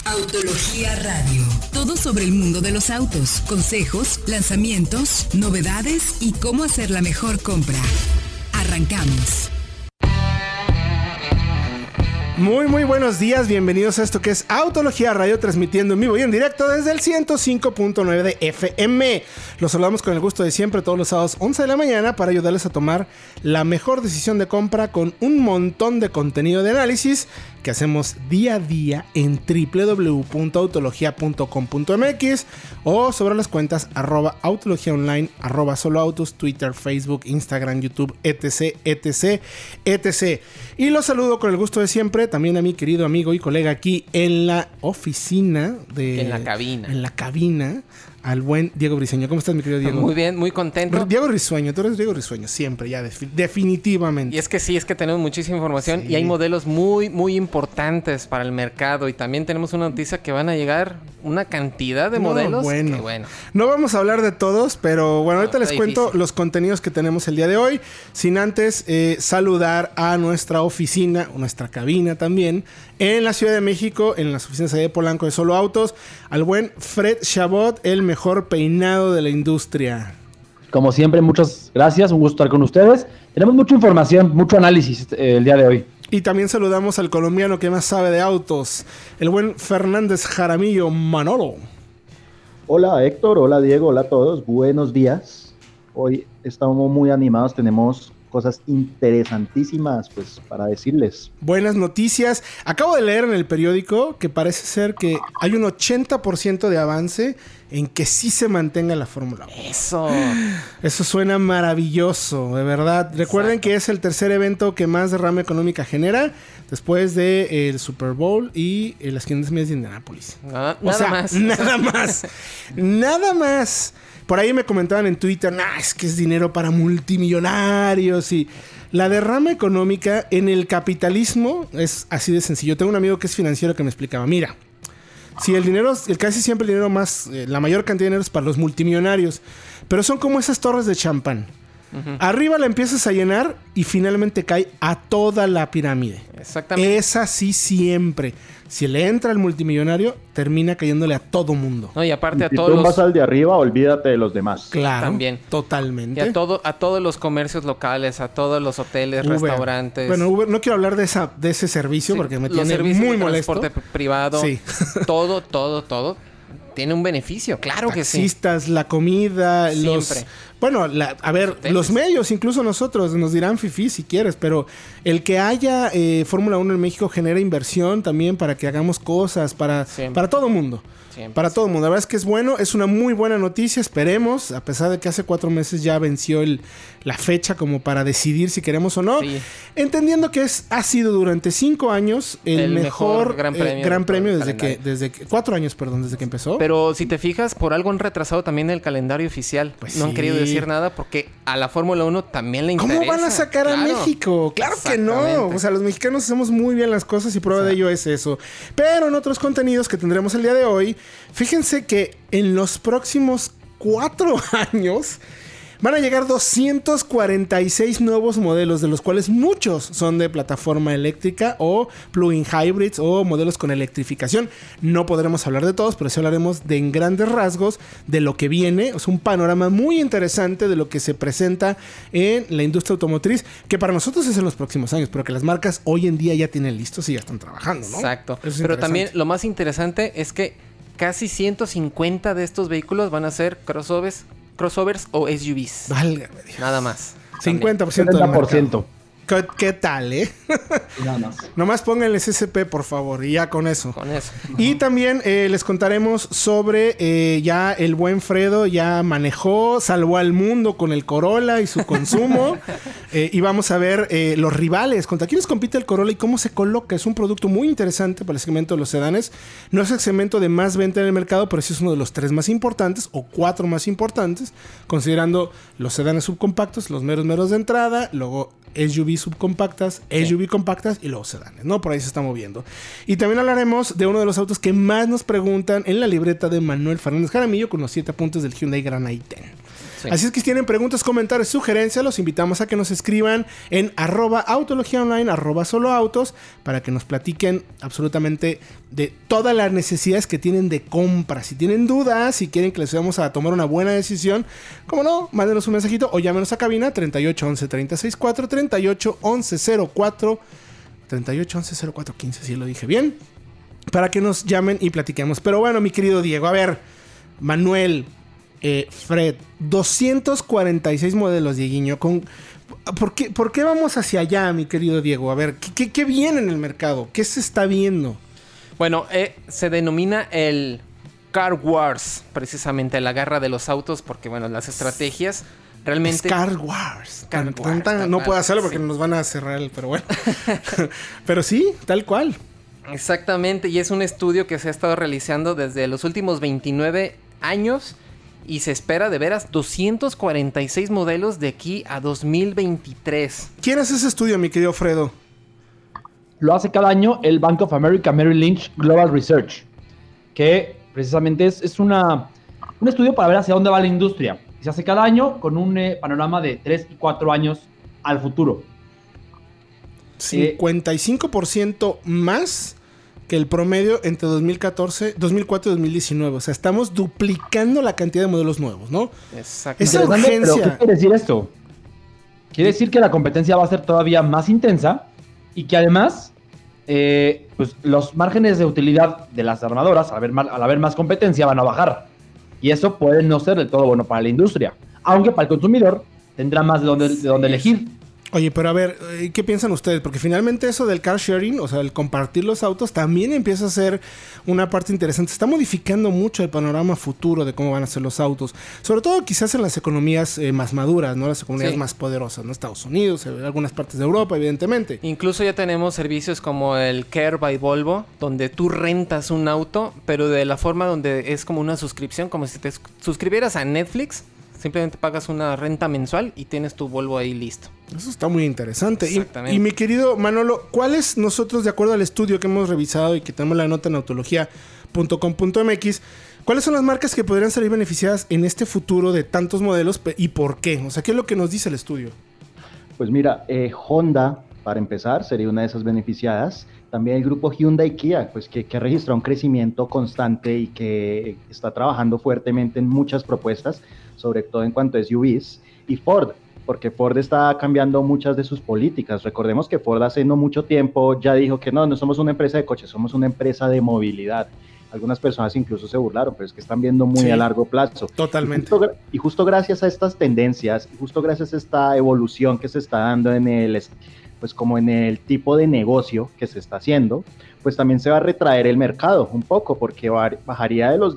Autología Radio. Todo sobre el mundo de los autos, consejos, lanzamientos, novedades y cómo hacer la mejor compra. Arrancamos. Muy buenos días, bienvenidos a esto que es Autología Radio, transmitiendo en vivo y en directo desde el 105.9 de FM. Los saludamos con el gusto de siempre todos los sábados 11 de la mañana para ayudarles a tomar la mejor decisión de compra con un montón de contenido de análisis que hacemos día a día en www.autologia.com.mx o sobre las cuentas @autologiaonline, @soloautos, Twitter, Facebook, Instagram, YouTube, etc. Y los saludo con el gusto de siempre también a mi querido amigo y colega aquí en la oficina en la cabina, al buen Diego Briseño. ¿Cómo estás, mi querido Diego? Muy bien, muy contento. Diego Risueño, tú eres Diego Risueño, siempre, ya definitivamente. Y es que tenemos muchísima información y hay modelos muy importantes para el mercado. Y también tenemos una noticia que van a llegar una cantidad de modelos. Bueno. No vamos a hablar de todos, pero bueno, ahorita les cuento los contenidos que tenemos el día de hoy. Sin antes saludar a nuestra oficina, nuestra cabina también, en la Ciudad de México, en las oficinas de Polanco de Solo Autos, al buen Fred Chabot, el mejor peinado de la industria. Como siempre, muchas gracias, un gusto estar con ustedes. Tenemos mucha información, mucho análisis el día de hoy. Y también saludamos al colombiano que más sabe de autos, el buen Fernández Jaramillo Manolo. Hola Héctor, hola Diego, hola a todos, buenos días. Hoy estamos muy animados, tenemos cosas interesantísimas pues para decirles. Buenas noticias. Acabo de leer en el periódico que parece ser que hay un 80% de avance en que sí se mantenga la Fórmula 1. Eso suena maravilloso, de verdad. Recuerden que es el tercer evento que más derrama económica genera después de el Super Bowl y las 500 millas de Indianápolis. Nada más. Por ahí me comentaban en Twitter, es que es dinero para multimillonarios. Y la derrama económica en el capitalismo es así de sencillo. Tengo un amigo que es financiero que me explicaba, mira, si el dinero, casi siempre el dinero más, la mayor cantidad de dinero es para los multimillonarios, pero son como esas torres de champán. Uh-huh. Arriba la empiezas a llenar y finalmente cae a toda la pirámide. Exactamente. Es así siempre. Si le entra al multimillonario, termina cayéndole a todo mundo. No, y aparte si tú vas al de arriba, olvídate de los demás. Claro, también. Totalmente. Y a todos los comercios locales, a todos los hoteles, Uber, restaurantes. Bueno, Uber, no quiero hablar de ese servicio porque me tiene muy molesto. Transporte privado, sí. todo tiene un beneficio, claro que sí. Taxistas, la comida, siempre. Los medios, incluso nosotros, nos dirán fifí si quieres, pero el que haya Fórmula 1 en México genera inversión también para que hagamos cosas, para todo el mundo. Para todo el mundo. La verdad es que es bueno, es una muy buena noticia, esperemos, a pesar de que hace 4 meses ya venció la fecha como para decidir si queremos o no. Sí. Entendiendo que ha sido durante 5 años el mejor gran premio desde que 4 años, desde que empezó. Pero si te fijas, por algo han retrasado también el calendario oficial. Pues no han querido decir nada porque a la Fórmula 1 también le interesa. ¿Cómo van a sacar a México? Claro que no. O sea, los mexicanos hacemos muy bien las cosas y prueba de ello es eso. Pero en otros contenidos que tendremos el día de hoy, fíjense que en los próximos 4 años van a llegar 246 nuevos modelos, de los cuales muchos son de plataforma eléctrica o plug-in hybrids o modelos con electrificación. No podremos hablar de todos, pero sí hablaremos de en grandes rasgos de lo que viene. Es un panorama muy interesante de lo que se presenta en la industria automotriz, que para nosotros es en los próximos años, pero que las marcas hoy en día ya tienen listos y ya están trabajando, ¿no? Exacto. Pero también lo más interesante es que casi 150 de estos vehículos van a ser crossovers o SUVs. Válgame Dios. Nada más. 50% del mercado. ¿Qué tal, Nada más. Nomás pónganles SP, por favor, y ya con eso. Y también les contaremos sobre ya el buen Fredo ya manejó, salvó al mundo con el Corolla y su consumo. Y vamos a ver los rivales, contra quiénes compite el Corolla y cómo se coloca. Es un producto muy interesante para el segmento de los sedanes. No es el segmento de más venta en el mercado, pero sí es uno de los 3 más importantes o 4 más importantes, considerando los sedanes subcompactos, los meros de entrada, luego SUV subcompactas, SUV compactas y luego sedanes, ¿no? Por ahí se está moviendo. Y también hablaremos de uno de los autos que más nos preguntan en la libreta de Manuel Fernández Jaramillo, con los 7 puntos del Hyundai Grand i10. Sí. Así es que si tienen preguntas, comentarios, sugerencias, los invitamos a que nos escriban en @autologiaonline, @soloautos, para que nos platiquen absolutamente de todas las necesidades que tienen de compra. Si tienen dudas, si quieren que les ayudemos a tomar una buena decisión, como no, mándenos un mensajito o llámenos a cabina 38 11 36 4, 38 11 04, 38 11 04 15, si lo dije bien, para que nos llamen y platiquemos. Pero bueno, mi querido Diego, a ver, Manuel, Fred, 246 modelos, Dieguiño. ¿Por qué vamos hacia allá, mi querido Diego? A ver, ¿qué viene en el mercado? ¿Qué se está viendo? Bueno, se denomina el Car Wars, precisamente la guerra de los autos, porque bueno, las estrategias realmente... Es Car Wars. No puedo hacerlo porque nos van a cerrar pero bueno. Pero sí, tal cual. Exactamente, y es un estudio que se ha estado realizando desde los últimos 29 años y se espera de veras 246 modelos de aquí a 2023. ¿Quién hace ese estudio, mi querido Fredo? Lo hace cada año el Bank of America Merrill Lynch Global Research, que precisamente es un estudio para ver hacia dónde va la industria. Y se hace cada año con un panorama de 3 y 4 años al futuro. 55% más que el promedio entre 2004 y 2019. O sea, estamos duplicando la cantidad de modelos nuevos, ¿no? Exacto. Esa urgencia. ¿Pero qué quiere decir esto? Quiere decir que la competencia va a ser todavía más intensa y que además pues los márgenes de utilidad de las armadoras, al haber más competencia, van a bajar. Y eso puede no ser del todo bueno para la industria. Aunque para el consumidor tendrá más de dónde elegir. Oye, pero a ver, ¿qué piensan ustedes? Porque finalmente eso del car sharing, o sea, el compartir los autos, también empieza a ser una parte interesante. Está modificando mucho el panorama futuro de cómo van a ser los autos. Sobre todo quizás en las economías más maduras, ¿no? Las economías más poderosas, ¿no? Estados Unidos, algunas partes de Europa, evidentemente. Incluso ya tenemos servicios como el Care by Volvo, donde tú rentas un auto, pero de la forma donde es como una suscripción, como si te suscribieras a Netflix. Simplemente pagas una renta mensual y tienes tu Volvo ahí listo. Eso está muy interesante. Y mi querido Manolo, ¿cuáles nosotros, de acuerdo al estudio que hemos revisado y que tenemos la nota en autología.com.mx, cuáles son las marcas que podrían salir beneficiadas en este futuro de tantos modelos y por qué? O sea, ¿qué es lo que nos dice el estudio? Pues mira, Honda, para empezar, sería una de esas beneficiadas. También el grupo Hyundai Kia, pues que registra un crecimiento constante y que está trabajando fuertemente en muchas propuestas, sobre todo en cuanto a SUVs, y Ford, porque Ford está cambiando muchas de sus políticas. Recordemos que Ford hace no mucho tiempo ya dijo que no somos una empresa de coches, somos una empresa de movilidad. Algunas personas incluso se burlaron, pero es que están viendo muy a largo plazo. Totalmente. Y justo gracias a estas tendencias, y justo gracias a esta evolución que se está dando en el tipo de negocio que se está haciendo, pues también se va a retraer el mercado un poco, porque bajaría de los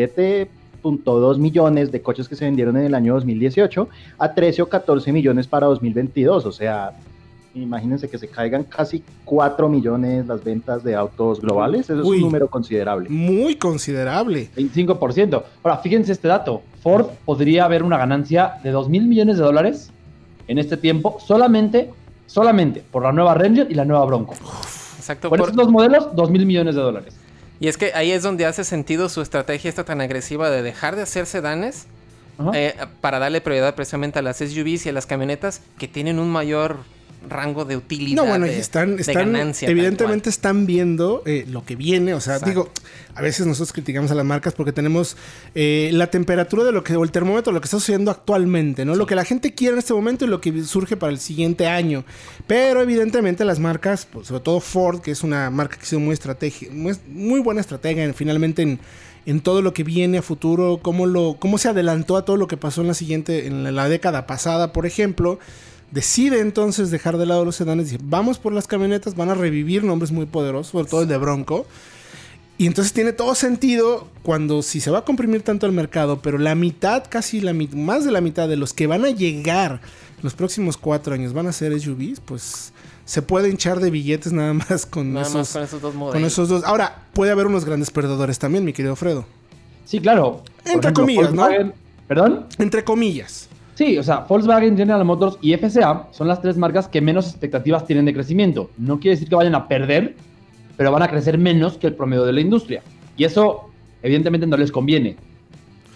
17.2 millones de coches que se vendieron en el año 2018 a 13 o 14 millones para 2022. O sea, imagínense que se caigan casi 4 millones las ventas de autos globales. Eso es un número considerable. Muy considerable. 25%. Ahora, fíjense este dato. Ford podría haber una ganancia de $2,000 millones en este tiempo solamente por la nueva Ranger y la nueva Bronco. Exacto. Por estos dos modelos, $2,000 millones. Y es que ahí es donde hace sentido su estrategia esta tan agresiva de dejar de hacer sedanes para darle prioridad precisamente a las SUVs y a las camionetas que tienen un mayor rango de utilidad. No, bueno, están ganancia, evidentemente están viendo lo que viene. O sea, digo, a veces nosotros criticamos a las marcas porque tenemos la temperatura de o el termómetro de lo que está sucediendo actualmente, ¿no? Sí. Lo que la gente quiere en este momento y lo que surge para el siguiente año. Pero evidentemente las marcas, pues, sobre todo Ford, que es una marca que ha sido muy buena estratega finalmente en todo lo que viene a futuro, cómo se adelantó a todo lo que pasó en la década pasada, por ejemplo. Decide entonces dejar de lado los sedanes y dice, vamos por las camionetas, van a revivir nombres muy poderosos, sobre todo el de Bronco. Y entonces tiene todo sentido si se va a comprimir tanto el mercado, pero la mitad, más de la mitad de los que van a llegar los próximos 4 años van a ser SUVs, pues se puede hinchar de billetes nada más con esos dos modelos. Con esos dos. Ahora, puede haber unos grandes perdedores también, mi querido Fredo. Sí, claro. Entre comillas, ¿no? ¿Perdón? Entre comillas. Sí, o sea, Volkswagen, General Motors y FCA son las 3 marcas que menos expectativas tienen de crecimiento. No quiere decir que vayan a perder, pero van a crecer menos que el promedio de la industria. Y eso, evidentemente, no les conviene.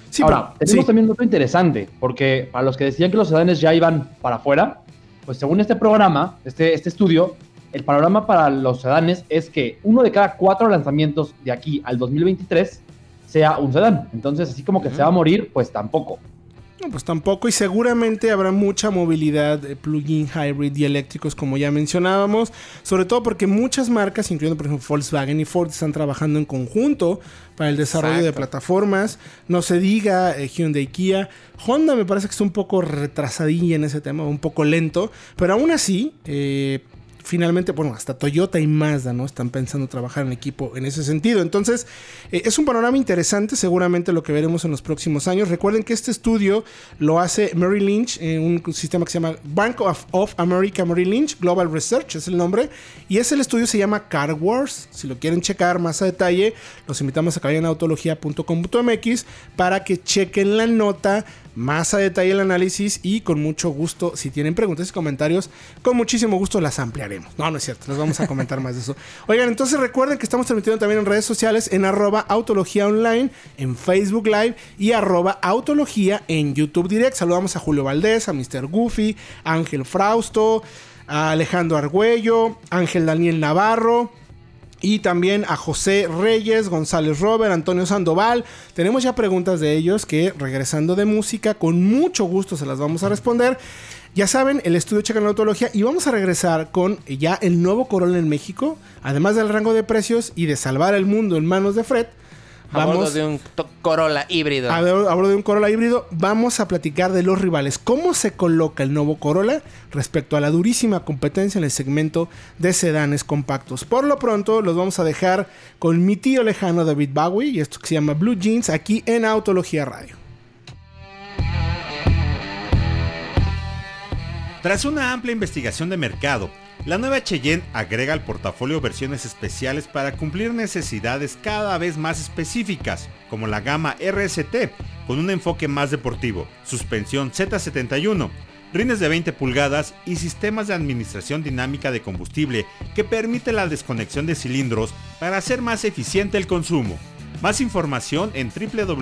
Sí, ahora, tenemos también un dato interesante, porque para los que decían que los sedanes ya iban para afuera, pues según este programa, este estudio, el panorama para los sedanes es que 1 de cada 4 lanzamientos de aquí al 2023 sea un sedán. Entonces, así como que se va a morir, pues tampoco. No, pues tampoco, y seguramente habrá mucha movilidad de plug-in, hybrid y eléctricos, como ya mencionábamos, sobre todo porque muchas marcas, incluyendo por ejemplo Volkswagen y Ford, están trabajando en conjunto para el desarrollo de plataformas. No se diga Hyundai, Kia. Honda me parece que está un poco retrasadilla en ese tema, un poco lento, pero aún así, finalmente, bueno, hasta Toyota y Mazda, ¿no? Están pensando trabajar en equipo en ese sentido. Entonces, es un panorama interesante, seguramente lo que veremos en los próximos años. Recuerden que este estudio lo hace Merrill Lynch, un sistema que se llama Bank of America Merrill Lynch, Global Research es el nombre, y el estudio se llama Car Wars. Si lo quieren checar más a detalle, los invitamos a que vayan a autologia.com.mx para que chequen la nota, más a detalle el análisis, y con mucho gusto, si tienen preguntas y comentarios, con muchísimo gusto las ampliaremos. No es cierto, les vamos a comentar más de eso. Oigan, entonces recuerden que estamos transmitiendo también en redes sociales, en @Autología Online, en Facebook Live y @Autología en YouTube Direct. Saludamos a Julio Valdés, a Mr. Goofy, a Ángel Frausto, a Alejandro Argüello, Ángel Daniel Navarro, y también a José Reyes, González Robert, Antonio Sandoval. Tenemos ya preguntas de ellos que, regresando de música, con mucho gusto se las vamos a responder. Ya saben, el estudio Checa en la Autología, y vamos a regresar con ya el nuevo Corolla en México, además del rango de precios y de salvar el mundo en manos de Fred. A bordo de un Corolla híbrido. A bordo de un Corolla híbrido, vamos a platicar de los rivales. ¿Cómo se coloca el nuevo Corolla respecto a la durísima competencia en el segmento de sedanes compactos? Por lo pronto, los vamos a dejar con mi tío lejano David Bowie y esto que se llama Blue Jeans, aquí en Autología Radio. Tras una amplia investigación de mercado, la nueva Cheyenne agrega al portafolio versiones especiales para cumplir necesidades cada vez más específicas, como la gama RST, con un enfoque más deportivo, suspensión Z71, rines de 20 pulgadas y sistemas de administración dinámica de combustible que permite la desconexión de cilindros para hacer más eficiente el consumo. Más información en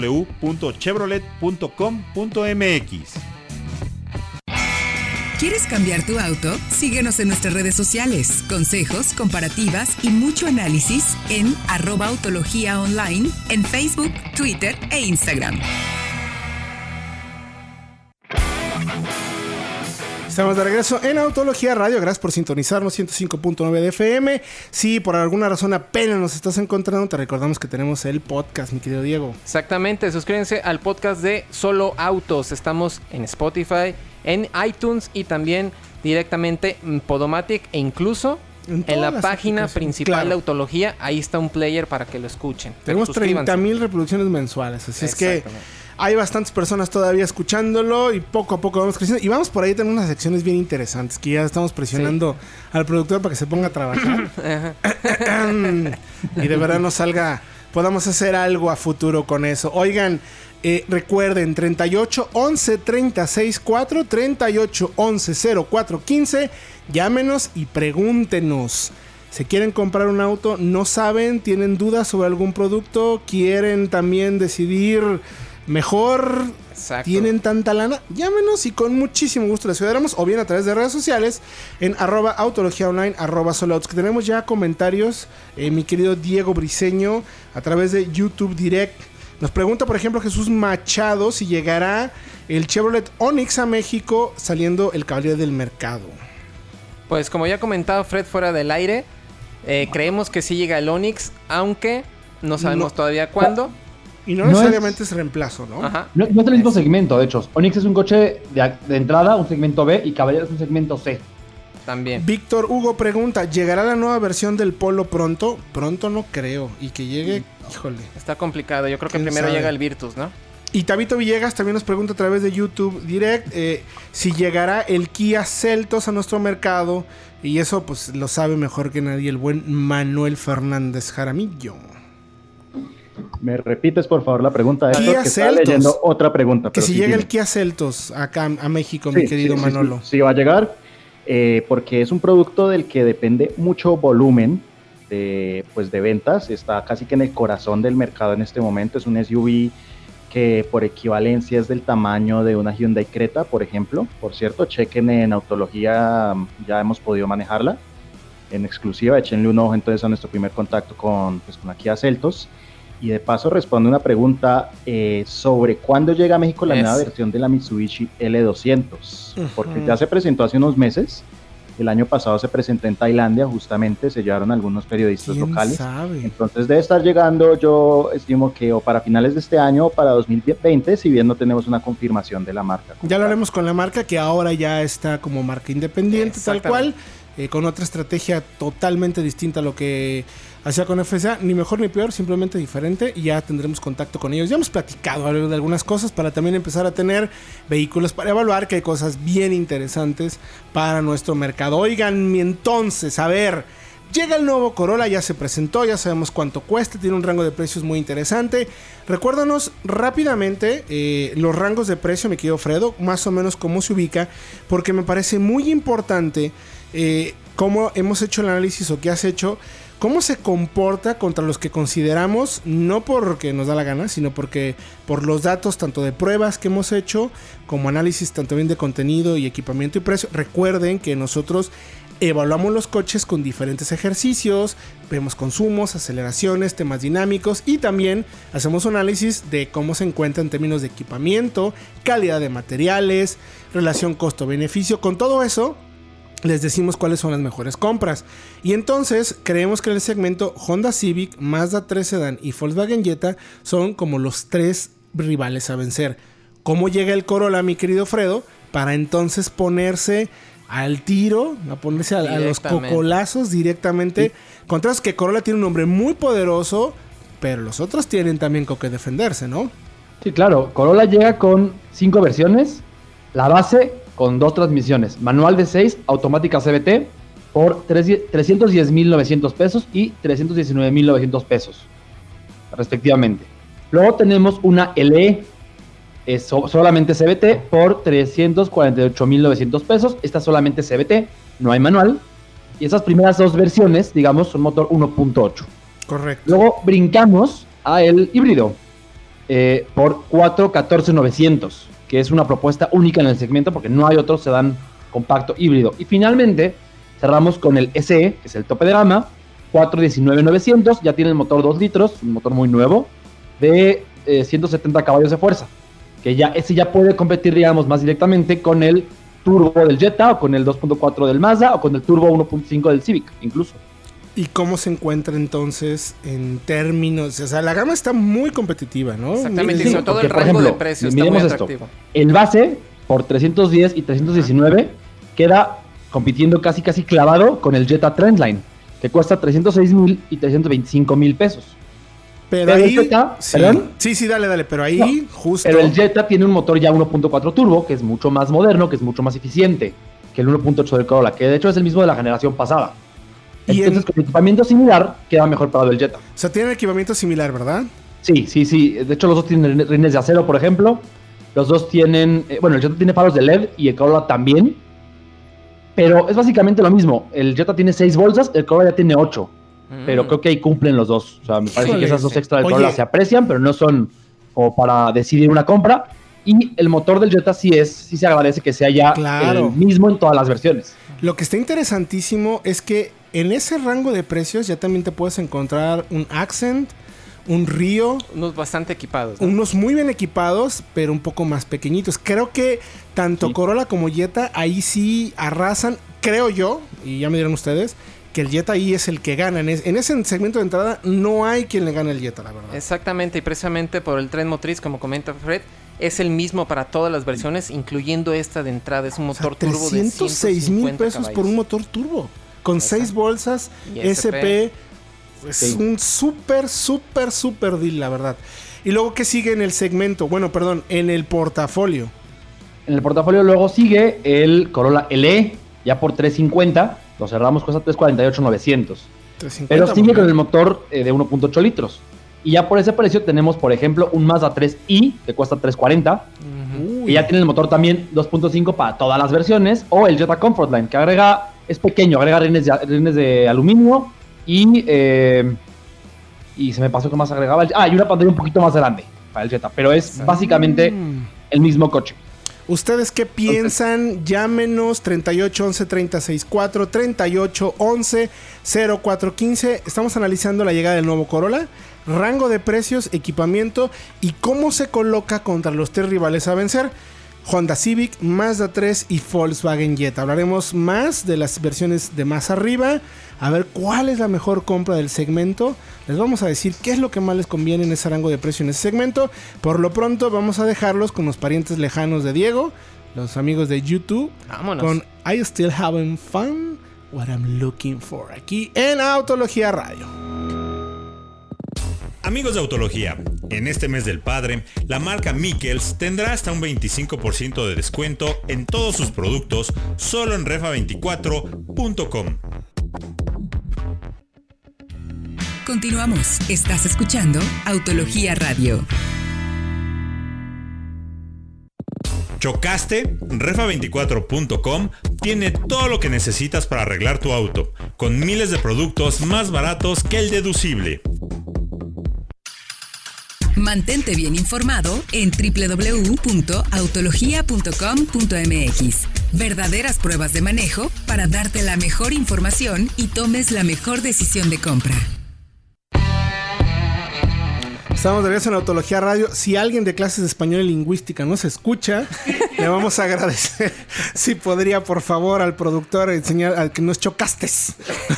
www.chevrolet.com.mx. ¿Quieres cambiar tu auto? Síguenos en nuestras redes sociales. Consejos, comparativas y mucho análisis en @Autología Online en Facebook, Twitter e Instagram. Estamos de regreso en Autología Radio. Gracias por sintonizarnos, 105.9 de FM. Si por alguna razón apenas nos estás encontrando, te recordamos que tenemos el podcast, mi querido Diego. Exactamente, suscríbanse al podcast de Solo Autos. Estamos en Spotify, en iTunes y también directamente en Podomatic e incluso en la página principal de Autología. Ahí está un player para que lo escuchen. Tenemos 30,000 reproducciones mensuales, así es que hay bastantes personas todavía escuchándolo y poco a poco vamos creciendo. Y vamos por ahí, tenemos unas secciones bien interesantes que ya estamos presionando al productor para que se ponga a trabajar. Y de verdad nos salga, podamos hacer algo a futuro con eso. Oigan, recuerden, 38 11 36 4, 38 11 04 15. Llámenos y pregúntenos. ¿Se quieren comprar un auto? ¿No saben? ¿Tienen dudas sobre algún producto? ¿Quieren también decidir mejor? Exacto. ¿Tienen tanta lana? Llámenos y con muchísimo gusto les ayudaremos, o bien a través de redes sociales en @Autología Online, @Soloautos, que tenemos ya comentarios. Mi querido Diego Briseño a través de YouTube Direct nos pregunta, por ejemplo, Jesús Machado, si llegará el Chevrolet Onix a México saliendo el Caballero del Mercado. Pues como ya ha comentado Fred fuera del aire, creemos que sí llega el Onix, aunque no sabemos todavía cuándo. Y no necesariamente es reemplazo, ¿no? Ajá. No es el mismo segmento, de hecho. Onix es un coche de entrada, un segmento B, y Caballero es un segmento C. También. Víctor Hugo pregunta, ¿llegará la nueva versión del Polo pronto? Pronto no creo. Y que llegue, híjole. Está complicado. Yo creo que primero llega el Virtus, ¿no? Y Tabito Villegas también nos pregunta a través de YouTube Direct si llegará el Kia Seltos a nuestro mercado. Y eso pues lo sabe mejor que nadie el buen Manuel Fernández Jaramillo. ¿Me repites por favor la pregunta? Kia que Seltos. está leyendo otra pregunta. Que pero si sí, llega dime. el Kia Seltos acá a México, mi querido Manolo. Sí, va a llegar porque es un producto del que depende mucho volumen de ventas. Está casi que en el corazón del mercado en este momento. Es un SUV que por equivalencia es del tamaño de una Hyundai Creta, por ejemplo. Por cierto, chequen en Autología, ya hemos podido manejarla en exclusiva, échenle un ojo entonces a nuestro primer contacto con la Kia Seltos. Y de paso responde una pregunta sobre cuándo llega a México la nueva versión de la Mitsubishi L200, porque ya se presentó hace unos meses. El año pasado se presentó en Tailandia, justamente, se llevaron algunos periodistas locales. Sabe? Entonces debe estar llegando, yo estimo que o para finales de este año o para 2020, si bien no tenemos una confirmación de la marca. Ya lo haremos con la marca, que ahora ya está como marca independiente, tal cual, con otra estrategia totalmente distinta a lo que hacía con FSA, ni mejor ni peor, simplemente diferente, y ya tendremos contacto con ellos. Ya hemos platicado de algunas cosas para también empezar a tener vehículos para evaluar, que hay cosas bien interesantes para nuestro mercado. Oigan, entonces, a ver, llega el nuevo Corolla, ya se presentó, ya sabemos cuánto cuesta, tiene un rango de precios muy interesante. Recuérdanos rápidamente los rangos de precio, mi querido Fredo, más o menos cómo se ubica, porque me parece muy importante cómo hemos hecho el análisis o qué has hecho, cómo se comporta contra los que consideramos, no porque nos da la gana, sino porque por los datos tanto de pruebas que hemos hecho, como análisis tanto bien de contenido y equipamiento y precio. Recuerden que nosotros evaluamos los coches con diferentes ejercicios, vemos consumos, aceleraciones, temas dinámicos, y también hacemos un análisis de cómo se encuentra en términos de equipamiento, calidad de materiales, relación costo-beneficio. Con todo eso les decimos cuáles son las mejores compras. Y entonces creemos que en el segmento Honda Civic, Mazda 3 Sedan y Volkswagen Jetta son como los tres rivales a vencer. ¿Cómo llega el Corolla, mi querido Fredo? Para entonces ponerse al tiro, a ponerse a los cocolazos directamente. Contra que Corolla tiene un nombre muy poderoso, pero los otros tienen también con qué defenderse, ¿no? Sí, claro. Corolla llega con 5 versiones. La base con 2 transmisiones, manual de 6, automática CVT, por 310,900 pesos y 319,900 pesos, respectivamente. Luego tenemos una LE, solamente CVT, por 348,900 pesos. Esta solamente CVT, no hay manual. Y esas primeras 2 versiones, digamos, son motor 1.8. Correcto. Luego brincamos a el híbrido, por 414,900. Que es una propuesta única en el segmento porque no hay otro sedán compacto híbrido. Y finalmente cerramos con el SE, que es el tope de gama, 419,900, ya tiene el motor 2 litros, un motor muy nuevo, de 170 caballos de fuerza, que ya ese ya puede competir, digamos, más directamente con el turbo del Jetta, o con el 2.4 del Mazda, o con el turbo 1.5 del Civic, incluso. ¿Y cómo se encuentra entonces en términos? O sea, la gama está muy competitiva, ¿no? Exactamente, sí, sobre todo el rango de precios está muy atractivo. El base, por 310 y 319, queda compitiendo casi clavado con el Jetta Trendline, que cuesta 306,000 y 325,000 pesos. Pero ahí... el Jetta, sí, dale, pero ahí no, justo... Pero el Jetta tiene un motor ya 1.4 turbo, que es mucho más moderno, que es mucho más eficiente que el 1.8 del Corolla, que de hecho es el mismo de la generación pasada. Entonces, con equipamiento similar, queda mejor parado el Jetta. O sea, tiene equipamiento similar, ¿verdad? Sí. De hecho, los dos tienen rines de acero, por ejemplo. Los dos tienen... el Jetta tiene faros de LED y el Corolla también. Pero es básicamente lo mismo. El Jetta tiene 6 bolsas, el Corolla ya tiene 8. Pero creo que ahí cumplen los dos. O sea, me parece que esas 2 extras del Corolla se aprecian, pero no son como para decidir una compra. Y el motor del Jetta sí se agradece que sea ya el mismo en todas las versiones. Lo que está interesantísimo es que en ese rango de precios ya también te puedes encontrar un Accent, un Rio. Unos bastante equipados, ¿no? Unos muy bien equipados, pero un poco más pequeñitos. Creo que tanto Corolla como Jetta ahí sí arrasan, creo yo, y ya me dirán ustedes, que el Jetta ahí es el que gana. En ese segmento de entrada no hay quien le gane al Jetta, la verdad. Exactamente, y precisamente por el tren motriz, como comenta Fred, es el mismo para todas las versiones, incluyendo esta de entrada. Es un motor turbo de 306,000 pesos caballos. por un motor turbo. Con 6 bolsas, SP. Es un súper deal, la verdad. Y luego, ¿qué sigue en el segmento? Bueno, perdón, en el portafolio. En el portafolio luego sigue el Corolla LE, ya por 350. Lo cerramos, cuesta 348,900. Pero sigue con el motor de 1.8 litros. Y ya por ese precio tenemos, por ejemplo, un Mazda 3i, que cuesta 340. Y ya tiene el motor también 2.5 para todas las versiones. O el Jetta Comfortline, que es pequeño, agrega rines de aluminio. Y se me pasó que más agregaba. Y una pantalla un poquito más grande, Rafael Jetta, pero es básicamente el mismo coche. ¿Ustedes qué piensan? Llámenos 3811-364, 3811-0415. Estamos analizando la llegada del nuevo Corolla, rango de precios, equipamiento y cómo se coloca contra los 3 rivales a vencer: Honda Civic, Mazda 3 y Volkswagen Jetta. Hablaremos más de las versiones de más arriba, a ver cuál es la mejor compra del segmento. Les vamos a decir qué es lo que más les conviene en ese rango de precio en ese segmento. Por lo pronto vamos a dejarlos con los parientes lejanos de Diego, los amigos de YouTube. Vámonos. Con I Still Having Fun, What I'm Looking For, aquí en Autología Radio. Amigos de Autología, en este mes del padre, la marca Mikkels tendrá hasta un 25% de descuento en todos sus productos solo en refa24.com. Continuamos. Estás escuchando Autología Radio. ¿Chocaste? Refa24.com tiene todo lo que necesitas para arreglar tu auto, con miles de productos más baratos que el deducible. Mantente bien informado en www.autologia.com.mx. Verdaderas pruebas de manejo para darte la mejor información y tomes la mejor decisión de compra. Estamos de regreso en Autología Radio. Si alguien de clases de español y lingüística nos escucha, le vamos a agradecer si podría, por favor, al productor enseñar al que nos chocastes.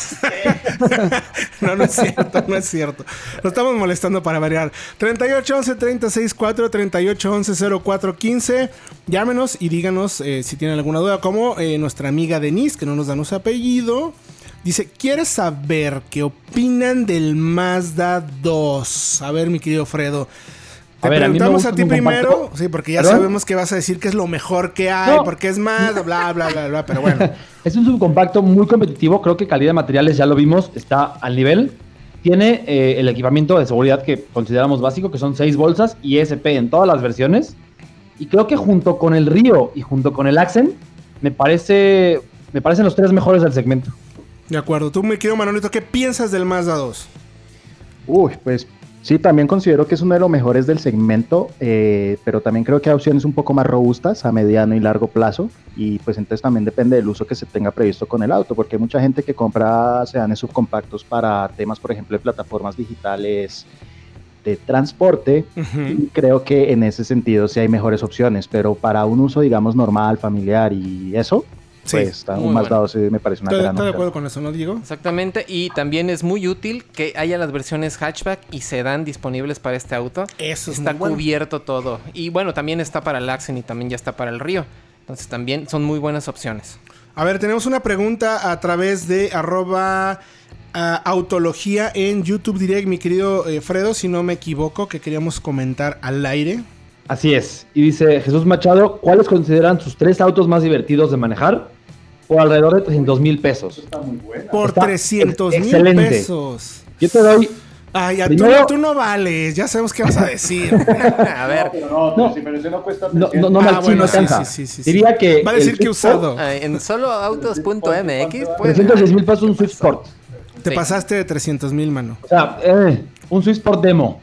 No es cierto, no es cierto. Lo estamos molestando para variar. 3811-364, 3811-0415. Llámenos y díganos si tienen alguna duda, como nuestra amiga Denise, que no nos da su apellido. Dice, ¿quieres saber qué opinan del Mazda 2? A ver, mi querido Fredo. Te preguntamos a ti primero. Sí, porque ya sabemos que vas a decir que es lo mejor que hay, porque es Mazda, bla, bla, bla, bla, pero bueno. Es un subcompacto muy competitivo. Creo que calidad de materiales, ya lo vimos, está al nivel. Tiene el equipamiento de seguridad que consideramos básico, que son 6 bolsas y ESP en todas las versiones. Y creo que junto con el Rio y junto con el Accent, me parecen los 3 mejores del segmento. De acuerdo. Tú, mi querido Manolito, ¿qué piensas del Mazda 2? Uy, pues sí, también considero que es uno de los mejores del segmento, pero también creo que hay opciones un poco más robustas a mediano y largo plazo, y pues entonces también depende del uso que se tenga previsto con el auto, porque hay mucha gente que compra sedanes subcompactos para temas, por ejemplo, de plataformas digitales de transporte, y creo que en ese sentido sí hay mejores opciones, pero para un uso, digamos, normal, familiar y eso, sí, pues un Mazda 2 me parece una gran opción. ¿Estás de acuerdo con eso, no, Diego? Exactamente, y también es muy útil que haya las versiones hatchback y sedán disponibles para este auto. Eso está cubierto todo. Y bueno, también está para el Accent y también ya está para el Rio. Entonces también son muy buenas opciones. A ver, tenemos una pregunta a través de @autología en YouTube Direct, mi querido Fredo, si no me equivoco, que queríamos comentar al aire. Así es. Y dice Jesús Machado, ¿cuáles consideran sus 3 autos más divertidos de manejar? Por alrededor de 300,000 pesos. Está muy bueno. Por 300,000 pesos. Yo te doy... Ay, primero, tú no vales. Ya sabemos qué vas a decir. A ver. No, pero ese no cuesta 300. No, alcanza. Sí. Diría que... Va a decir que usado. En soloautos.mx pues 300,000 pesos un Swift Sport. Te pasaste de 300,000, mano. O sea, un Swift Sport Demo.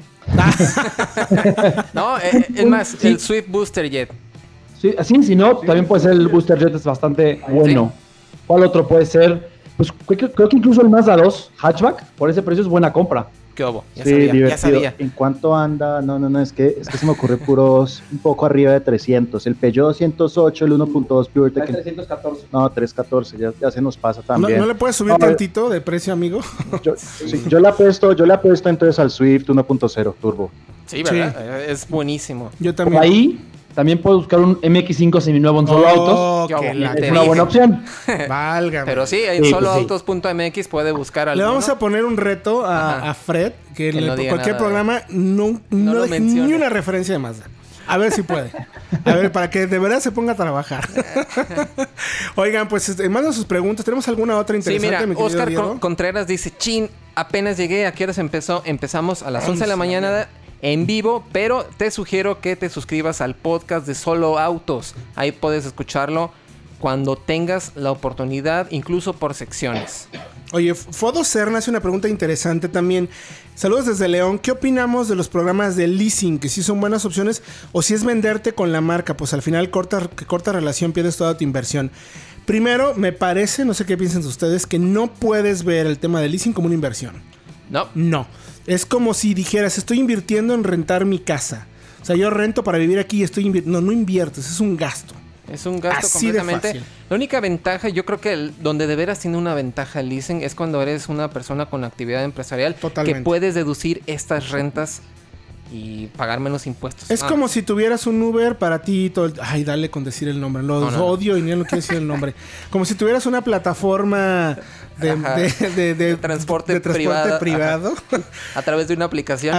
No, es más, sí. El Swift Booster Jet. Sí, así, si no, también puede ser el Booster Jet, es bastante bueno. ¿Sí? ¿Cuál otro puede ser? Pues creo que incluso el Mazda 2 hatchback, por ese precio es buena compra. ¿Qué hubo? Ya sabía. ¿En cuánto anda? No, es que se me ocurre puros un poco arriba de 300. El Peugeot 208, el 1.2 PureTech. 314. No, 314, ya se nos pasa también. ¿No le puedes subir tantito de precio, amigo? Yo le apuesto entonces al Swift 1.0 Turbo. Sí, ¿verdad? Sí. Es buenísimo. Yo también. Por ahí también puedes buscar un MX5 seminuevo en Solo Autos. Es una buena opción. Válgame. Pero sí, en soloautos.mx puede buscar algo. Le vamos a poner un reto a Fred, que en cualquier programa no deje ni una referencia de Mazda. A ver si puede. A ver, para que de verdad se ponga a trabajar. Oigan, pues manden sus preguntas. ¿Tenemos alguna otra interesante? Sí, mira, Oscar Contreras dice, chin, apenas llegué, ¿a qué horas empezó? Empezamos a las 11 de la mañana en vivo, pero te sugiero que te suscribas al podcast de Solo Autos. Ahí puedes escucharlo cuando tengas la oportunidad, incluso por secciones. Oye, Fodo Serna hace una pregunta interesante también. Saludos desde León. ¿Qué opinamos de los programas de leasing? Que si son buenas opciones o si es venderte con la marca. Pues al final corta relación, pierdes toda tu inversión. Primero, me parece, no sé qué piensan ustedes, que no puedes ver el tema de leasing como una inversión. No. Es como si dijeras, estoy invirtiendo en rentar mi casa. O sea, yo rento para vivir aquí y estoy invirtiendo. No inviertes, es un gasto. Es un gasto así completamente. de fácil. La única ventaja, yo creo que donde de veras tiene una ventaja el leasing es cuando eres una persona con actividad empresarial. Totalmente. Que puedes deducir estas rentas y pagar menos impuestos. Es como si tuvieras un Uber para ti. Ay, dale con decir el nombre. Lo odio y ya no quiero decir el nombre. Como si tuvieras una plataforma de transporte privado. A través de una aplicación.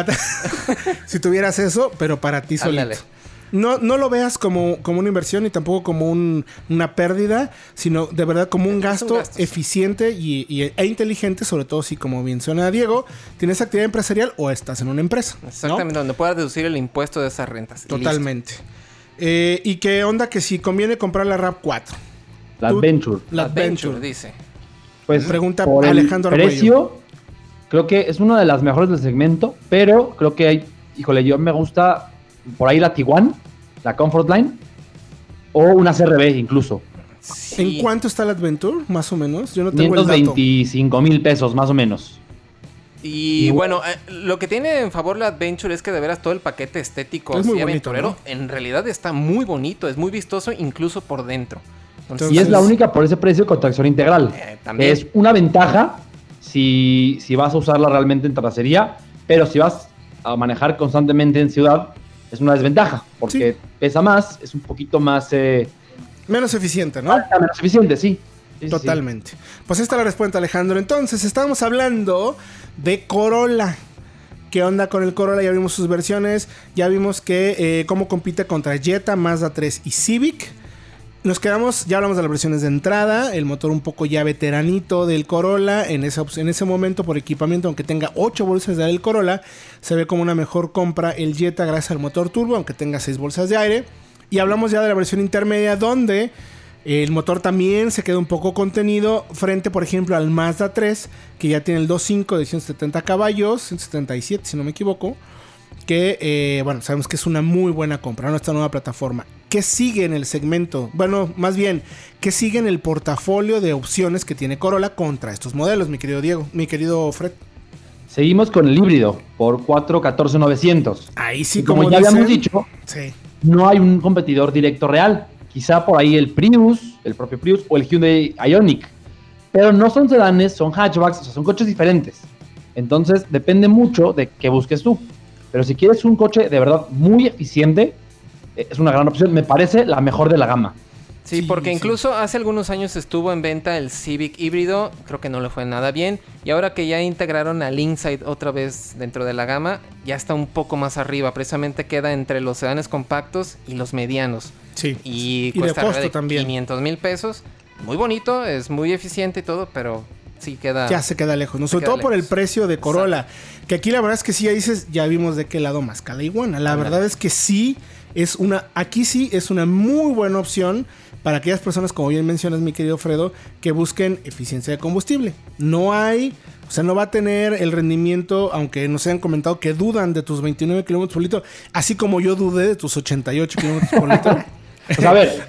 Si tuvieras eso, pero para ti solito. Ándale. No lo veas como una inversión y tampoco como una pérdida, sino de verdad como un gasto eficiente e inteligente, sobre todo si, como menciona Diego, tienes actividad empresarial o estás en una empresa. Exactamente, ¿no? Donde puedas deducir el impuesto de esas rentas. Totalmente. ¿Y qué onda que si conviene comprar la RAV4? La Adventure. La Adventure, dice. Pues pregunta por Alejandro el precio, creo que es una de las mejores del segmento, pero creo que hay, yo me gusta por ahí la Tiguan, la Comfortline, o una CRB incluso. Sí. ¿En cuánto está la Adventure, más o menos? Yo no tengo el dato. 525,000 pesos, más o menos. Y bueno, lo que tiene en favor la Adventure es que de veras todo el paquete estético es muy bonito, aventurero, ¿no? En realidad está muy bonito, es muy vistoso incluso por dentro. Entonces, y es la única por ese precio con tracción integral. También. Es una ventaja si vas a usarla realmente en terracería, pero si vas a manejar constantemente en ciudad, es una desventaja, porque pesa más, es un poquito más... menos eficiente, ¿no? Menos eficiente, sí. Totalmente. Sí. Pues esta es la respuesta, Alejandro. Entonces, estábamos hablando de Corolla. ¿Qué onda con el Corolla? Ya vimos sus versiones, ya vimos que cómo compite contra Jetta, Mazda 3 y Civic. Nos quedamos, ya hablamos de las versiones de entrada, el motor un poco ya veteranito del Corolla, en ese momento por equipamiento, aunque tenga 8 bolsas de aire el Corolla, se ve como una mejor compra el Jetta gracias al motor turbo, aunque tenga 6 bolsas de aire. Y hablamos ya de la versión intermedia, donde el motor también se queda un poco contenido frente, por ejemplo, al Mazda 3, que ya tiene el 2.5 de 170 caballos, 177 si no me equivoco, que, bueno, sabemos que es una muy buena compra, ¿no? Esta nueva plataforma. ¿Qué sigue en el segmento? Bueno, más bien, ¿qué sigue en el portafolio de opciones que tiene Corolla contra estos modelos, mi querido Diego, mi querido Fred? Seguimos con el híbrido por 414,900. Ahí sí, como ya habíamos dicho, no hay un competidor directo real. Quizá por ahí el propio Prius o el Hyundai Ioniq. Pero no son sedanes, son hatchbacks, o sea, son coches diferentes. Entonces, depende mucho de qué busques tú. Pero si quieres un coche de verdad muy eficiente, es una gran opción. Me parece la mejor de la gama. Sí, porque incluso hace algunos años estuvo en venta el Civic híbrido, creo que no le fue nada bien, y ahora que ya integraron al Insight otra vez dentro de la gama, ya está un poco más arriba, precisamente queda entre los sedanes compactos y los medianos. Sí. Y cuesta de costo también 500,000 pesos, muy bonito, es muy eficiente y todo, pero sí queda... Ya se queda lejos, ¿no? Sobre todo por el precio de Corolla, que aquí la verdad es que sí, ya dices, ya vimos de qué lado más cada iguana, la verdad es que sí, aquí sí es una muy buena opción para aquellas personas, como bien mencionas, mi querido Fredo, que busquen eficiencia de combustible. No va a tener el rendimiento, aunque nos hayan comentado que dudan de tus 29 kilómetros por litro, así como yo dudé de tus 88 kilómetros por litro. Pues a ver,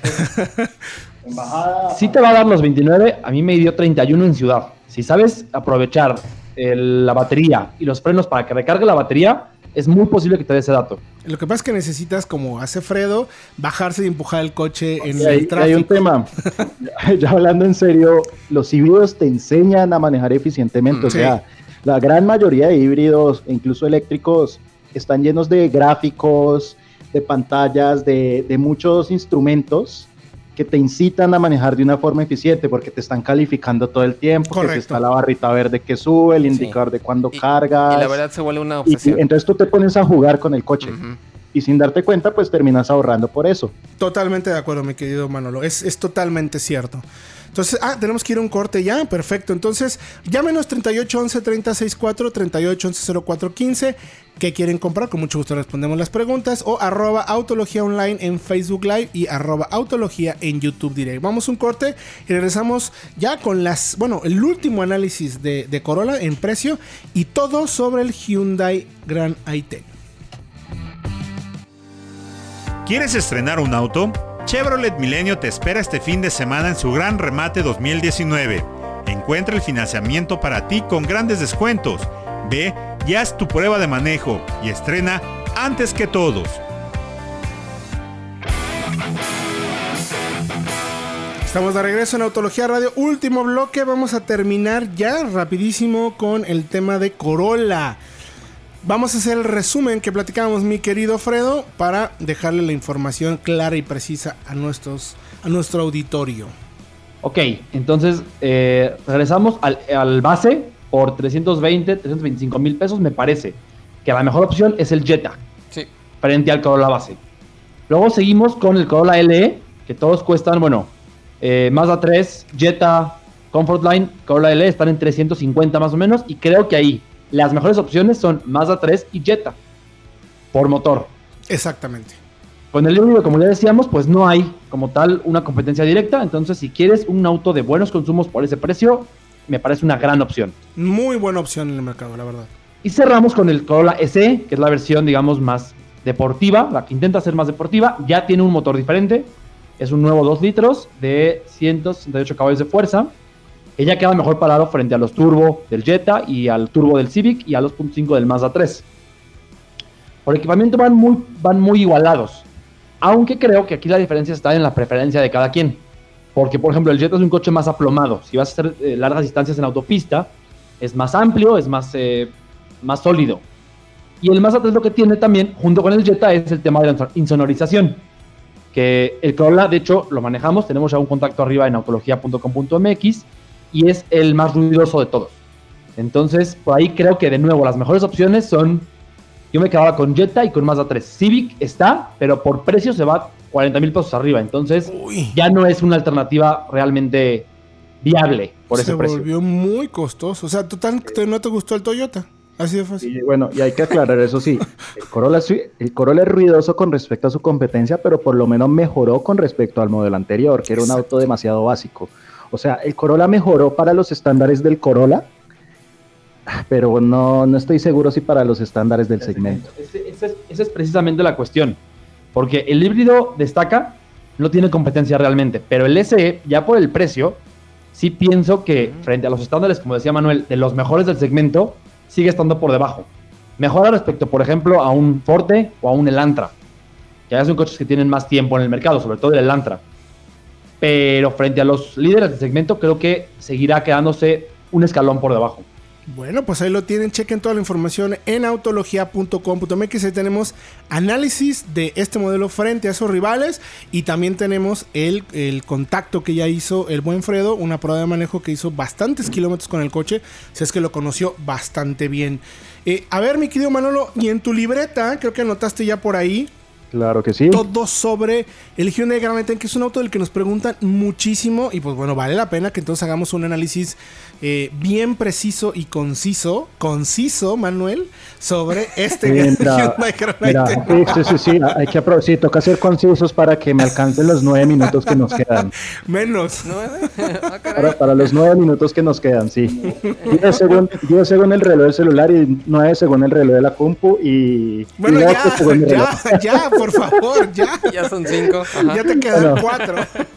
sí te va a dar los 29, a mí me dio 31 en ciudad. Si sabes aprovechar la batería y los frenos para que recargue la batería, es muy posible que te dé ese dato. Lo que pasa es que necesitas, como hace Fredo, bajarse y empujar el coche en el tráfico. Hay un tema. Ya hablando en serio, los híbridos te enseñan a manejar eficientemente. O sea, la gran mayoría de híbridos, incluso eléctricos, están llenos de gráficos, de pantallas, de muchos instrumentos que te incitan a manejar de una forma eficiente porque te están calificando todo el tiempo. Correcto. Que si está la barrita verde que sube, el indicador de cuando cargas. Y la verdad se vuelve una obsesión. Y entonces tú te pones a jugar con el coche. Y sin darte cuenta, pues terminas ahorrando por eso. Totalmente de acuerdo, mi querido Manolo. Es totalmente cierto. Entonces, tenemos que ir a un corte ya, perfecto. Entonces, llámenos 3811-3064, 3811-0415. ¿Qué quieren comprar? Con mucho gusto respondemos las preguntas. O @Autología Online en Facebook Live y @Autología en YouTube Direct. Vamos a un corte y regresamos ya con el último análisis de Corolla en precio y todo sobre el Hyundai Grand i10. ¿Quieres estrenar un auto? Chevrolet Milenio te espera este fin de semana en su gran remate 2019. Encuentra el financiamiento para ti con grandes descuentos. Ve y haz tu prueba de manejo y estrena antes que todos. Estamos de regreso en Autología Radio. Último bloque. Vamos a terminar ya rapidísimo con el tema de Corolla. Vamos a hacer el resumen que platicábamos, mi querido Fredo, para dejarle la información clara y precisa a nuestro auditorio. Ok, entonces regresamos al base por 325 mil pesos. Me parece que la mejor opción es el Jetta, sí, frente al Corolla base. Luego seguimos con el Corolla LE, que todos cuestan, Mazda 3, Jetta, Comfortline, Corolla LE están en 350 más o menos, y creo que ahí las mejores opciones son Mazda 3 y Jetta por motor. Exactamente. Con el híbrido, como ya decíamos, pues no hay como tal una competencia directa. Entonces, si quieres un auto de buenos consumos por ese precio, me parece una gran opción. Muy buena opción en el mercado, la verdad. Y cerramos con el Corolla SE, que es la versión, digamos, más deportiva, la que intenta ser más deportiva. Ya tiene un motor diferente. Es un nuevo 2 litros de 168 caballos de fuerza. Ella queda mejor parado frente a los turbo del Jetta y al turbo del Civic y a los 2.5 del Mazda 3. Por equipamiento van muy igualados. Aunque creo que aquí la diferencia está en la preferencia de cada quien. Porque, por ejemplo, el Jetta es un coche más aplomado. Si vas a hacer largas distancias en autopista, es más amplio, es más sólido. Y el Mazda 3 lo que tiene también, junto con el Jetta, es el tema de la insonorización. Que el Corolla, de hecho, lo manejamos. Tenemos ya un contacto arriba en autologia.com.mx. Y es el más ruidoso de todos. Entonces, por ahí creo que de nuevo las mejores opciones son... Yo me quedaba con Jetta y con Mazda 3. Civic está, pero por precio se va 40 mil pesos arriba. Entonces, ya no es una alternativa realmente viable por ese precio. Se volvió muy costoso. O sea, total, ¿no te gustó el Toyota? Así de fácil. Y bueno, y hay que aclarar eso sí. El Corolla es ruidoso con respecto a su competencia, pero por lo menos mejoró con respecto al modelo anterior, que era un auto demasiado básico. O sea, el Corolla mejoró para los estándares del Corolla, pero no estoy seguro si para los estándares del segmento. Esa es precisamente la cuestión. Porque el híbrido destaca, no tiene competencia realmente. Pero el SE, ya por el precio, sí pienso que frente a los estándares, como decía Manuel, de los mejores del segmento, sigue estando por debajo. Mejora respecto, por ejemplo, a un Forte o a un Elantra. Que ya son coches que tienen más tiempo en el mercado, sobre todo el Elantra. Pero frente a los líderes del segmento, creo que seguirá quedándose un escalón por debajo. Bueno, pues ahí lo tienen. Chequen toda la información en autologia.com.mx. Ahí tenemos análisis de este modelo frente a sus rivales. Y también tenemos el contacto que ya hizo el buen Fredo. Una prueba de manejo que hizo bastantes kilómetros con el coche. Si es que lo conoció bastante bien. A ver, mi querido Manolo, y en tu libreta, creo que anotaste ya por ahí. Claro que sí. Todo sobre el Hyundai Grand i10, que es un auto del que nos preguntan muchísimo. Y pues bueno, vale la pena que entonces hagamos un análisis bien preciso y conciso, Manuel, sobre este Hyundai Grand i10. Sí, hay que aprovechar. Sí, toca ser concisos para que me alcancen los 9 minutos que nos quedan. Menos. Para los 9 minutos que nos quedan, sí. 10 según el reloj del celular y 9 según el reloj de la compu y... Bueno, ya, por favor, ya. Ya son 5. Ya te quedan 4.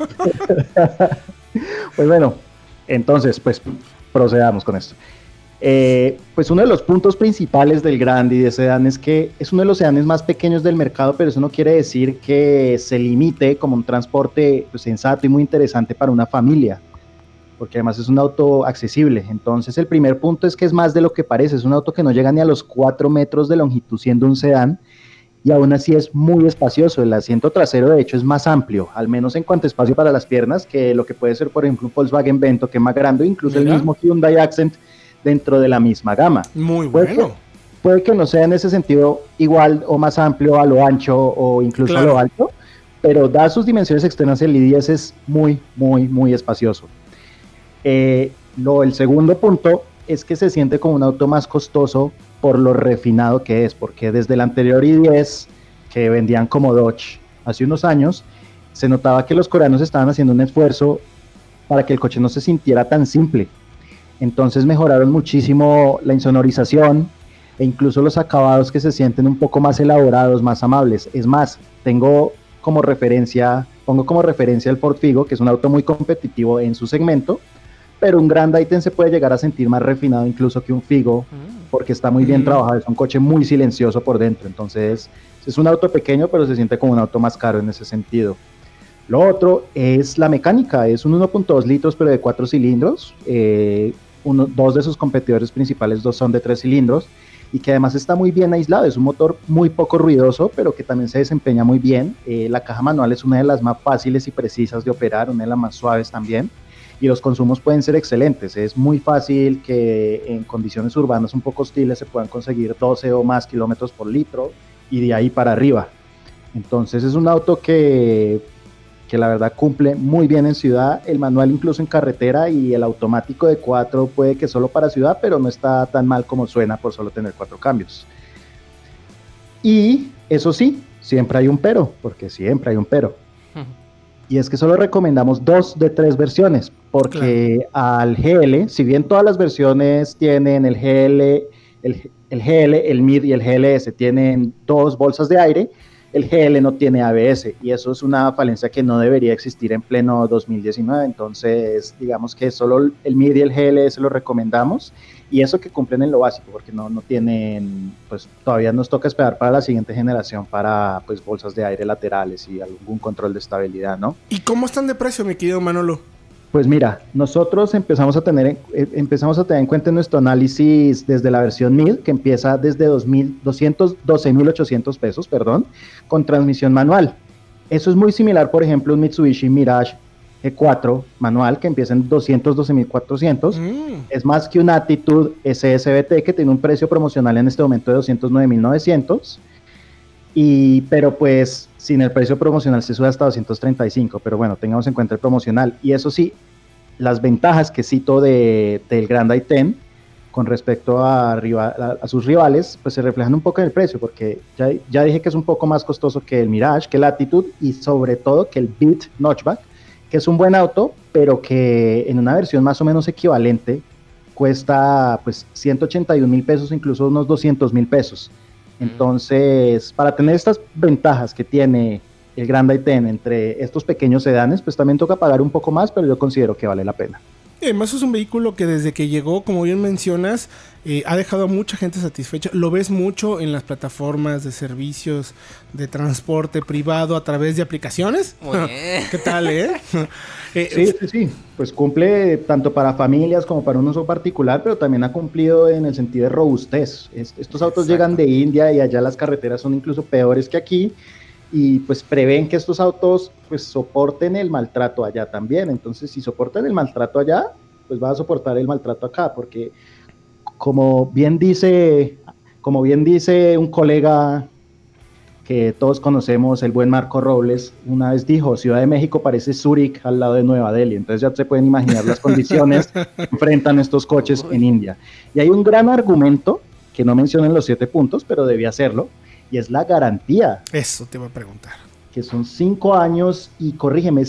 Pues bueno, entonces, pues procedamos con esto. Pues uno de los puntos principales del Grandi de sedán es que es uno de los sedanes más pequeños del mercado, pero eso no quiere decir que se limite como un transporte pues, sensato y muy interesante para una familia, porque además es un auto accesible. Entonces el primer punto es que es más de lo que parece. Es un auto que no llega ni a los 4 metros de longitud siendo un sedán, y aún así es muy espacioso. El asiento trasero de hecho es más amplio, al menos en cuanto a espacio para las piernas, que lo que puede ser por ejemplo un Volkswagen Vento, que es más grande, incluso el mismo Hyundai Accent dentro de la misma gama. Muy bueno. Puede que no sea en ese sentido igual o más amplio a lo ancho o incluso a lo alto, pero dadas sus dimensiones externas el i10 es muy, muy, muy espacioso. El segundo punto es que se siente como un auto más costoso por lo refinado que es, porque desde el anterior i10 que vendían como Dodge hace unos años, se notaba que los coreanos estaban haciendo un esfuerzo para que el coche no se sintiera tan simple. Entonces mejoraron muchísimo la insonorización e incluso los acabados que se sienten un poco más elaborados, más amables. Es más, pongo como referencia el Ford Figo, que es un auto muy competitivo en su segmento, pero un Grand i10 se puede llegar a sentir más refinado incluso que un Figo, porque está muy bien trabajado, es un coche muy silencioso por dentro, entonces es un auto pequeño, pero se siente como un auto más caro en ese sentido. Lo otro es la mecánica, es un 1.2 litros pero de 4 cilindros, dos de sus competidores principales son de 3 cilindros, y que además está muy bien aislado, es un motor muy poco ruidoso, pero que también se desempeña muy bien. La caja manual es una de las más fáciles y precisas de operar, una de las más suaves también, y los consumos pueden ser excelentes. Es muy fácil que en condiciones urbanas un poco hostiles se puedan conseguir 12 o más kilómetros por litro, y de ahí para arriba. Entonces es un auto que la verdad cumple muy bien en ciudad, el manual incluso en carretera, y el automático de 4 puede que solo para ciudad, pero no está tan mal como suena por solo tener 4 cambios. Y eso sí, siempre hay un pero, porque siempre hay un pero. Y es que solo recomendamos 2 de 3 versiones, porque al GL, si bien todas las versiones tienen el GL, el Mid y el GLS tienen 2 bolsas de aire, el GL no tiene ABS, y eso es una falencia que no debería existir en pleno 2019. Entonces digamos que solo el Mid y el GLS lo recomendamos, y eso que cumplen en lo básico, porque no tienen, pues todavía nos toca esperar para la siguiente generación para pues bolsas de aire laterales y algún control de estabilidad, ¿no? ¿Y cómo están de precio, mi querido Manolo? Pues mira, nosotros empezamos a tener en cuenta en nuestro análisis desde la versión Mid, que empieza desde 12,800 pesos, con transmisión manual. Eso es muy similar, por ejemplo, un Mitsubishi Mirage G4 manual, que empieza en 212,400. Es más que un Attitude SSBT, que tiene un precio promocional en este momento de 209,900. Pero pues sin el precio promocional se sube hasta 235, pero bueno, tengamos en cuenta el promocional. Y eso sí, las ventajas que cito del Grand i10 con respecto a sus rivales, pues se reflejan un poco en el precio, porque ya dije que es un poco más costoso que el Mirage, que el Attitude, y sobre todo que el Beat Notchback, que es un buen auto, pero que en una versión más o menos equivalente cuesta pues 181,000 pesos, incluso unos 200,000 pesos. Entonces, para tener estas ventajas que tiene el Grand i10 entre estos pequeños sedanes, pues también toca pagar un poco más, pero yo considero que vale la pena. Y además es un vehículo que desde que llegó, como bien mencionas, ha dejado a mucha gente satisfecha. Lo ves mucho en las plataformas de servicios de transporte privado a través de aplicaciones. Muy bien. ¿Qué tal, Sí. Pues cumple tanto para familias como para un uso particular, pero también ha cumplido en el sentido de robustez. Estos autos llegan de India y allá las carreteras son incluso peores que aquí, y pues prevén que estos autos pues soporten el maltrato allá también. Entonces, si soportan el maltrato allá, pues va a soportar el maltrato acá, porque como bien dice un colega que todos conocemos, el buen Marco Robles, una vez dijo: Ciudad de México parece Zúrich al lado de Nueva Delhi. Entonces ya se pueden imaginar las condiciones que enfrentan estos coches en India. Y hay un gran argumento que no menciona en los 7 puntos, pero debía hacerlo, y es la garantía. Eso te voy a preguntar. Que son 5 años y, corrígeme,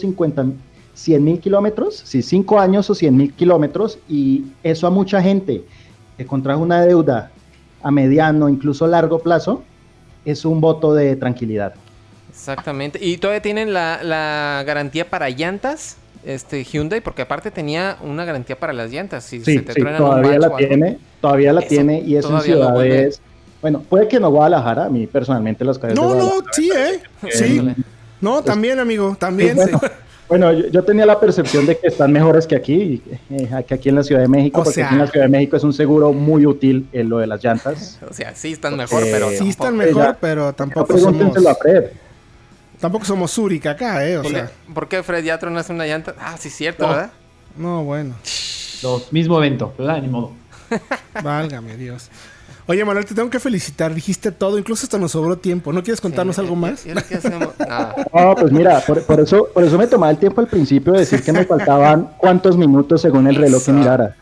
100,000 kilómetros. Sí, 5 años o 100,000 kilómetros, y eso a mucha gente que contrajo una deuda a mediano, incluso largo plazo, es un voto de tranquilidad. Exactamente. ¿Y todavía tienen la garantía para llantas? Hyundai, porque aparte tenía una garantía para las llantas. Si se te truenan todavía la tiene, y es en ciudades... Bueno, puede que no Guadalajara, a mí personalmente las calles de Guadalajara... Sí. No, también, amigo, también. Bueno, yo tenía la percepción de que están mejores que aquí en la Ciudad de México, porque aquí en la Ciudad de México es un seguro muy útil en lo de las llantas. O sea, sí están mejor, pero... Sí están mejor, pero tampoco pregúntenselo a Fred. Tampoco somos Zurich acá, ¿Por qué Fred ya tronaste una llanta? Ah, sí, cierto, ¿verdad? No, bueno. Mismo evento, ¿verdad? Ni modo. Válgame Dios. Oye, Manuel, te tengo que felicitar. Dijiste todo, incluso hasta nos sobró tiempo. ¿No quieres contarnos algo más? ¿Qué hacemos? No, pues mira, por eso me tomaba el tiempo al principio de decir que me faltaban cuántos minutos según el reloj que mirara.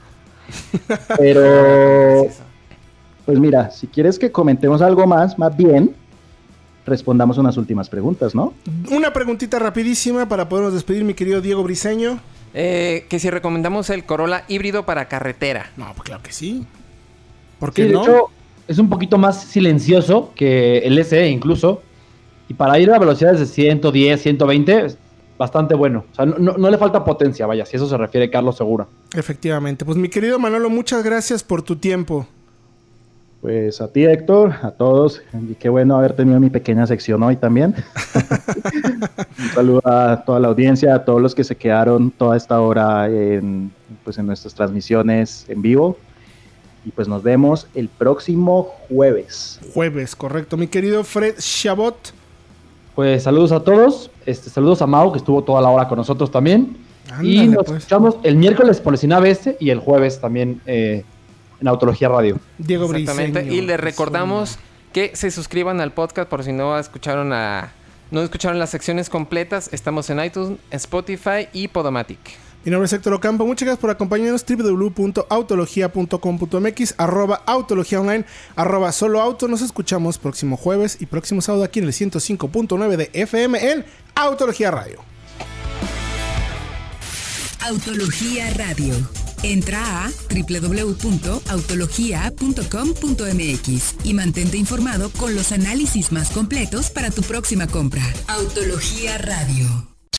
Pero, pues mira, si quieres que comentemos algo más bien, respondamos unas últimas preguntas, ¿no? Una preguntita rapidísima para podernos despedir, mi querido Diego Briseño. Que si recomendamos el Corolla híbrido para carretera. No, pues claro que sí. ¿Por qué Sí, no? de hecho, es un poquito más silencioso que el SE incluso. Y para ir a velocidades de 110, 120, es bastante bueno. O sea, no le falta potencia, vaya, si eso se refiere Carlos Segura. Efectivamente. Pues mi querido Manolo, muchas gracias por tu tiempo. Pues a ti, Héctor, a todos, y qué bueno haber tenido mi pequeña sección hoy también. Un saludo a toda la audiencia, a todos los que se quedaron toda esta hora en nuestras transmisiones en vivo. Y pues nos vemos el próximo jueves. Jueves, correcto. Mi querido Fred Chabot. Pues saludos a todos, saludos a Mau, que estuvo toda la hora con nosotros también. Ándale, y nos pues. escuchamos el miércoles por el Cinave y el jueves también en Autología Radio. Diego Exactamente. Briseño. Y les recordamos que se suscriban al podcast por si no escucharon las secciones completas. Estamos en iTunes, Spotify y Podomatic. Mi nombre es Héctor Ocampo. Muchas gracias por acompañarnos. www.autologia.com.mx @autologiaonline @soloauto. Nos escuchamos próximo jueves y próximo sábado aquí en el 105.9 de FM en Autología Radio. Autología Radio. Entra a www.autologia.com.mx y mantente informado con los análisis más completos para tu próxima compra. Autología Radio.